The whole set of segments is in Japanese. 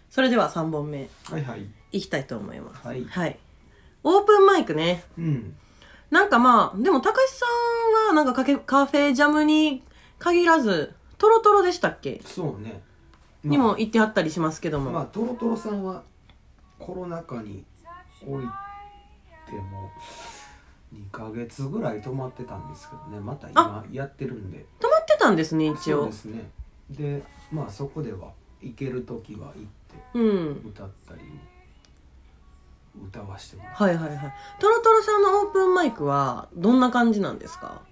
それでは3本目はいはい。 いきたいと思います。 はい。 オープンマイクね。 うん。 なんかまあ、でも、たかしさんは、なんかカフェジャムに限らず、トロトロでしたっけ、 そうね。 にも行ってはったりしますけども。 まあ、トロトロさんはコロナ禍においても2ヶ月ぐらい泊まってたんですけどね。また今やってるんで。 泊まってたんですね、一応。 そうですね。で、まあそこでは行ける時は行って歌ったり歌わしてもらって。 はいはいはい。トロトロさんのオープンマイクはどんな感じなんですか？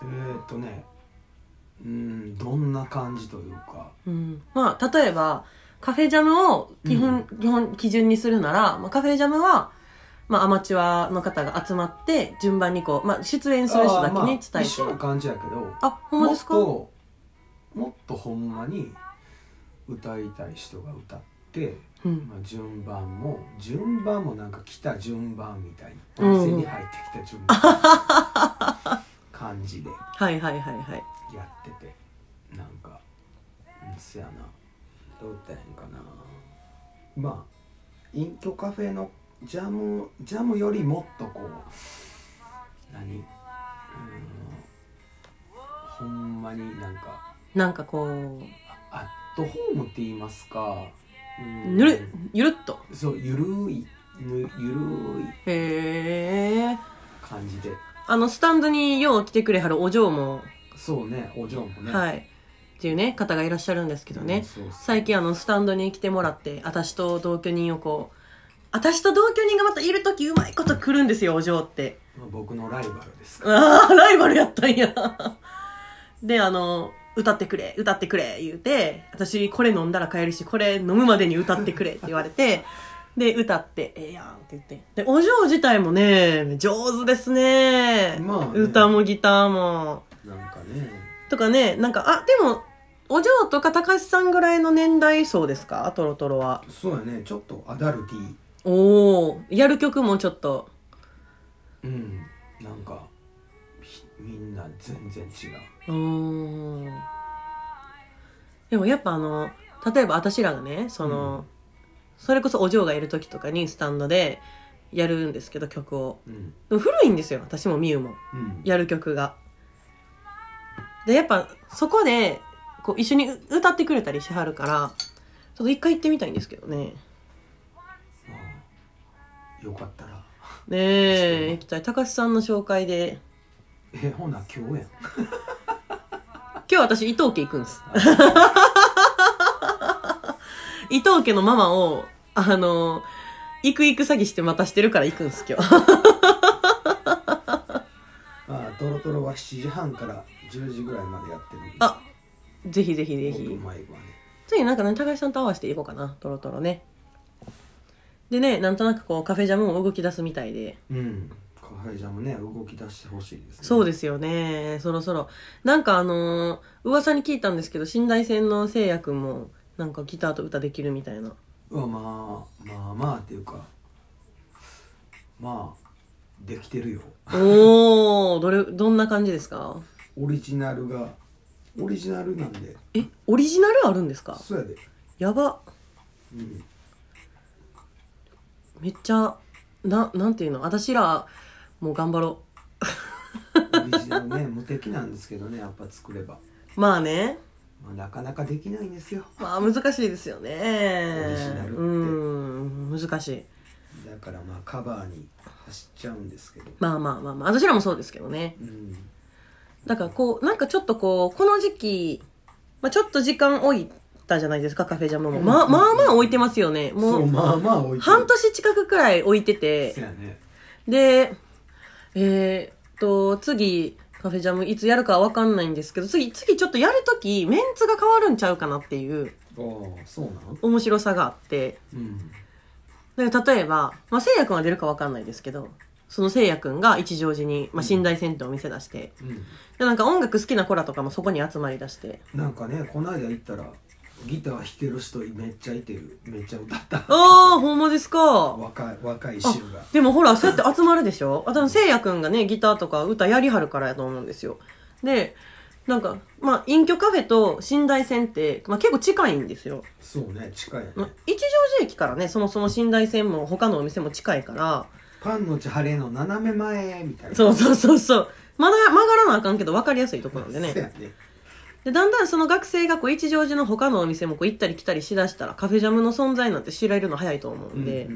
どんな感じというか、 まあ例えばカフェジャムを基準にするなら、まあ、カフェジャムは、まあ、アマチュアの方が集まって順番にこう、まあ、出演する人だけに伝えて、 一緒な感じやけど、 ほんまですか？ もっとほんまに歌いたい人が歌って、まあ、順番もなんか来た順番みたいな、お店に入ってきた順番感じではいはいはいはいやってて、なんかせやな、どう言ったらいいんかな、まあ隠居カフェのジャムよりもっとこうほんまになんかこうアットホームって言いますか、 ゆるっと、 そうゆるいへえ感じで、 スタンドによう来てくれはるお嬢も、 そうね、お嬢もね、 はいっていうね方がいらっしゃるんですけどね、 そう最近スタンドに来てもらって、私と同居人がまたいるときうまいこと来るんですよ、お嬢って。 僕のライバルですああ、ライバルやったんや。で、歌ってくれ言うて、私これ飲んだら帰るし、これ飲むまでに歌ってくれって言われて、で、歌って、ええやんって言って。で、お嬢自体もね、上手ですね。 まあね、 歌もギターも。 なんかね。 とかね、なんか、でも、お嬢とか高橋さんぐらいの年代層ですか、トロトロは。 そうやね、ちょっとアダルティー。 おー、やる曲もちょっと。 なんか、みんな全然違う。 でもやっぱ例えば私らがね、それこそお嬢がいる時とかにスタンドでやるんですけど、曲を。でも古いんですよ、私もみゆも。やる曲が。で、やっぱそこで、こう一緒に歌ってくれたりしはるから、ちょっと一回行ってみたいんですけどね。 よかったら。 ねえ、行きたい。高橋さんの紹介で。 ほな今日やん。 今日私伊藤家行くんです。伊藤家のママを行く詐欺して待たしてるから行くんです今日。 トロトロは7時半から10時ぐらいまでやってるんで。 ぜひぜひぜひ。次なんかね、高橋さんと合わせていこうかな、トロトロね。でね、なんとなくこうカフェジャムも動き出すみたいで。 カフェジャムね、動き出してほしいですね。 そうですよね、そろそろ。なんか噂に聞いたんですけど、新大戦のせいやくんもなんかギターと歌できるみたいな。 まあっていうか、まあできてるよ。 どんな感じですか？ オリジナルなんで。 オリジナルあるんですか？ そうやで。 やば。めっちゃなんていうの、私らもう頑張ろう。オリジナルね、無敵なんですけどね、やっぱ作れば。 まあね、 なかなかできないんですよ。 まあ難しいですよね、 オリジナルって。 難しい。 だからまあカバーに走っちゃうんですけど、 まあ私らもそうですけどね。だからこうなんかちょっとこの時期、ちょっと時間置いたじゃないですか、カフェジャムも。まあ置いてますよね。もうまあ置いてる。 半年近くくらい置いてて。 そうやね。 で、次カフェジャムいつやるかは分かんないんですけど、次ちょっとやるときメンツが変わるんちゃうかなっていうそうなの？ 面白さがあって、例えば、せいやくんは出るか分かんないですけど、そのせいやくんが一乗寺に、新大銭湯を店出して、でなんか音楽好きな子らとかもそこに集まりだして、 なんかね、この間行ったらギター弾ける人めっちゃいてる、めっちゃ歌った。 ほんまですか？ 若い衆が。 でもほら、そうやって集まるでしょ。せいやくんがね、ギターとか歌やりはるからやと思うんですよ。で、 なんかまあ隠居カフェと寝台線って、まあ、結構近いんですよ。 そうね、近いよね。 一乗寺駅からね、そもそも寝台線も他のお店も近いから、 パンの千晴の斜め前みたいな。 そうそうそうそう、まだ曲がらなあかんけど分かりやすいところなんでね。 そうやね。 でだんだんその学生がこう一乗寺の他のお店もこう行ったり来たりしだしたら、カフェジャムの存在なんて知られるの早いと思うんで、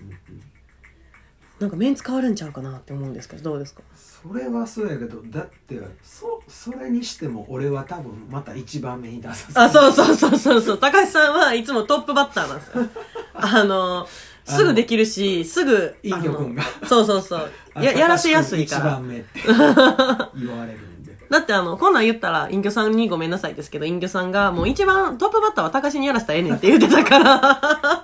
なんかメンツ変わるんちゃうかなって思うんですけど、どうですか？ それはそうやけど、だってそれにしても俺は多分また一番目に出させる。 あ、そうそうそうそうそう、高橋さんはいつもトップバッターなんですよ。すぐできるし、すぐいい曲君がそうそうそう、やらせやすいから。 一番目って言われるんで。 だってこんなん言ったら隠居さんにごめんなさいですけど、隠居さんがもう一番トップバッターは高橋にやらせたらええねんって言ってたからま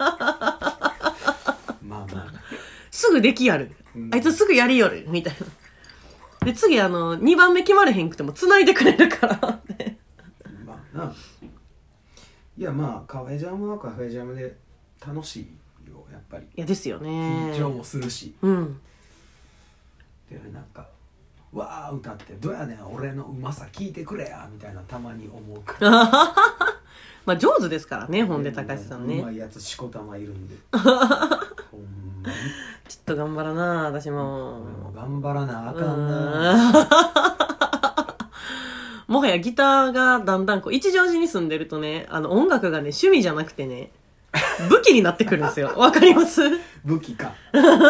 あまあすぐできやる、あいつすぐやりよるみたいな。で次2番目決まれへんくても繋いでくれるからね。 まあな、いやまあカフェジャムはカフェジャムで楽しいよやっぱり。 いやですよね。 緊張もするし、 うんでなんかわー歌ってどうやねん俺のうまさ聞いてくれやみたいなたまに思うからまあ上手ですからね、ほんで高橋さんね。 うまいやつしこたまいるんでほんまにちょっと頑張らな私も。 俺も頑張らなあかんな。 もはやギターがだんだんこう一乗寺に住んでるとね、音楽がね趣味じゃなくてね武器になってくるんですよ。わかります？ 武器か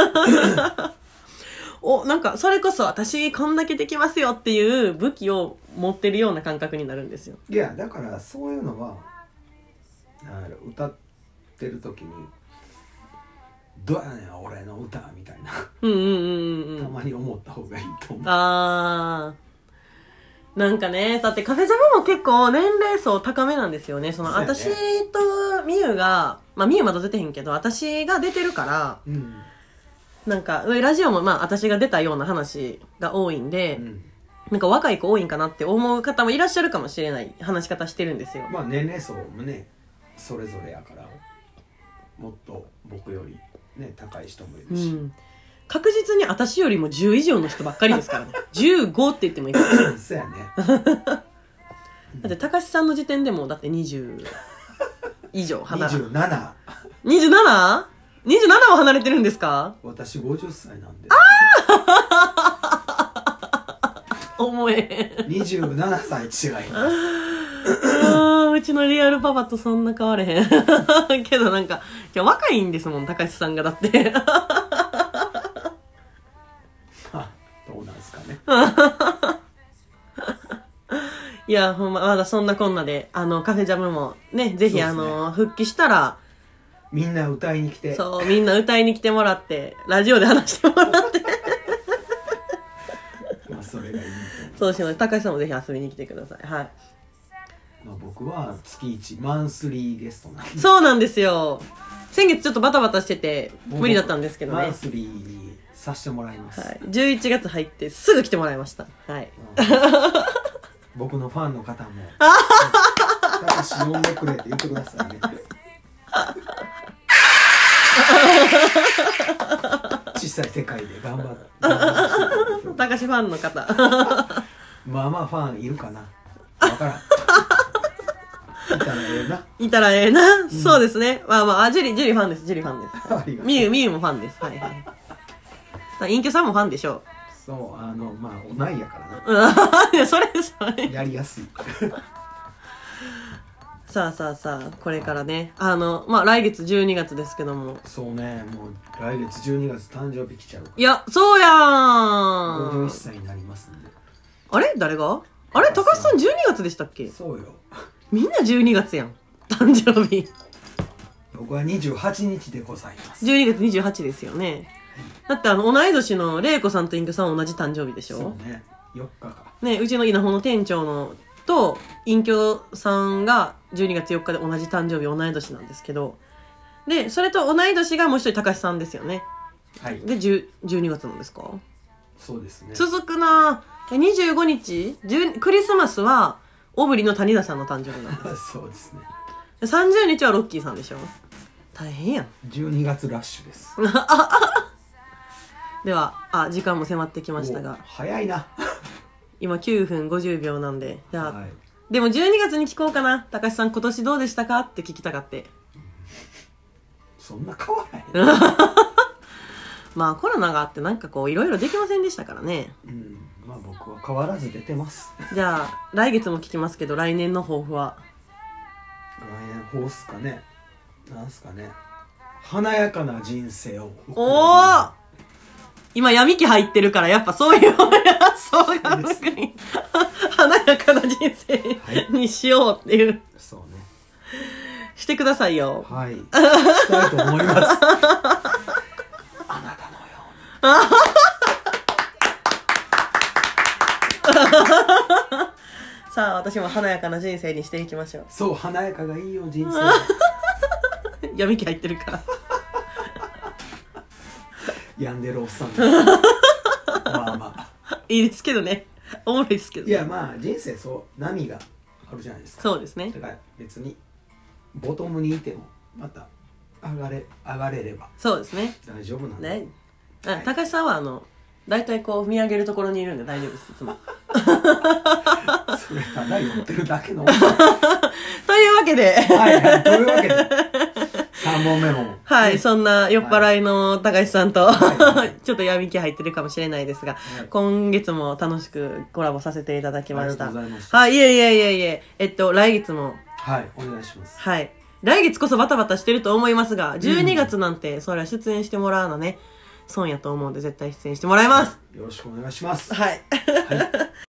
なんかそれこそ私こんだけできますよっていう武器を持ってるような感覚になるんですよ。 いやだからそういうのは歌ってる時にどうやねん俺の歌みたいなたまに思った方がいいと思う。 なんかね、だってカフェジャムも結構年齢層高めなんですよね。私とみゆが、まあみゆまだ出てへんけど私が出てるから、なんかラジオもまあ私が出たような話が多いんで、なんか若い子多いんかなって思う方もいらっしゃるかもしれない話し方してるんですよ。 まあ年齢層もねそれぞれやからもっと僕よりね高い人もいるし、 確実に私よりも10以上の人ばっかりですからね。15って言ってもいいから。 そうやね。 だって高橋さんの時点でもだって20以上離れ。 27。 27？ 27 を離れてるんですか？ 私50歳なんで。 思え。 27歳違います。 うちのリアルパパとそんな変われへん。けどなんか今日若いんですもん、高橋さんがだって。 どうなんすかね。 いやほんま、まだそんなこんなでカフェジャムもね、ぜひ復帰したらみんな歌いに来て、 そうみんな歌いに来てもらってラジオで話してもらってまあそれがいいとそうします。高橋さんもぜひ遊びに来てください。はい。 まあ、僕は月1マンスリーゲストなんで。 そうなんですよ。先月ちょっとバタバタしてて無理だったんですけどね。 マンスリーにさせてもらいます。 はい。11月入ってすぐ来てもらいました。はい。 僕のファンの方も高橋呼んでくれって言ってくださいね。小さい世界で頑張って高橋ファンの方まあまあファンいるかな分からん。いたらええな。 いたらええな、そうですね。まあまあジュリファンです。ジュリファンです。みゆもファンです。はいはい。隠居さんもファンでしょう。 そうまあ同いやからな。 いやそれやりやすい。 さあこれからねまあ来月12月ですけども。 そうね、もう来月12月誕生日来ちゃうから。 いやそうやん。 51歳になりますんで。 あれ誰があれ高橋さん12月でしたっけ？ そうよ。 みんな12月やん誕生日。 僕は28日でございます。 12月28ですよね。だって同い年の玲子さんと隠居さん同じ誕生日でしょ。 そうね、4日かね。うちの稲穂の店長のと隠居さんが12月4日で同じ誕生日、同い年なんですけど、でそれと同い年がもう一人高橋さんですよね。 はいで12月なんですか？ そうですね。 続くな。25日クリスマスは小栗の谷田さんの誕生日なんです。 そうですね。 30日はロッキーさんでしょ。大変やん。 12月ラッシュです。 では時間も迫ってきましたが、 早いな。 今9分50秒なんで。じゃあ、 はい、 でも12月に聞こうかな。高橋さん今年どうでしたかって聞きたかって。 そんな変わらへん。 まあコロナがあってなんかこういろいろできませんでしたからね。 まあ僕は変わらず出てます。 じゃあ来月も聞きますけど、来年の抱負は？ 来年抱負っすかね。なんすかね。華やかな人生を。 おお。今闇期入ってるからやっぱそういう発想が僕に華やかな人生にしようっていう、はい、 そうね。 してくださいよ。 はい。したいと思います。あなたのように。さあ私も華やかな人生にしていきましょう。 そう、華やかがいいよ人生。 闇期入ってるから病んでるおっさんまあまあいいですけどね、おもろいですけど、ね、 いやまあ人生そう波があるじゃないですか。 そうですね。 だから別にボトムにいてもまた上がれればそうですね、 大丈夫なんで、 ね、はい、高橋さんは大体こう見上げるところにいるんで大丈夫です、いつもそれただ寄ってるだけのというわけではいはい、というわけで3本目もはい、ね、そんな酔っ払いの高橋さんと、はい、ちょっと闇気入ってるかもしれないですが、はい、今月も楽しくコラボさせていただきました。ありがとうございました。はい、いえ、来月もはい、お願いします。 はい、来月こそバタバタしてると思いますが、12月なんてそれは出演してもらうのね、損やと思うんで絶対出演してもらいます。 よろしくお願いします。 はい。はい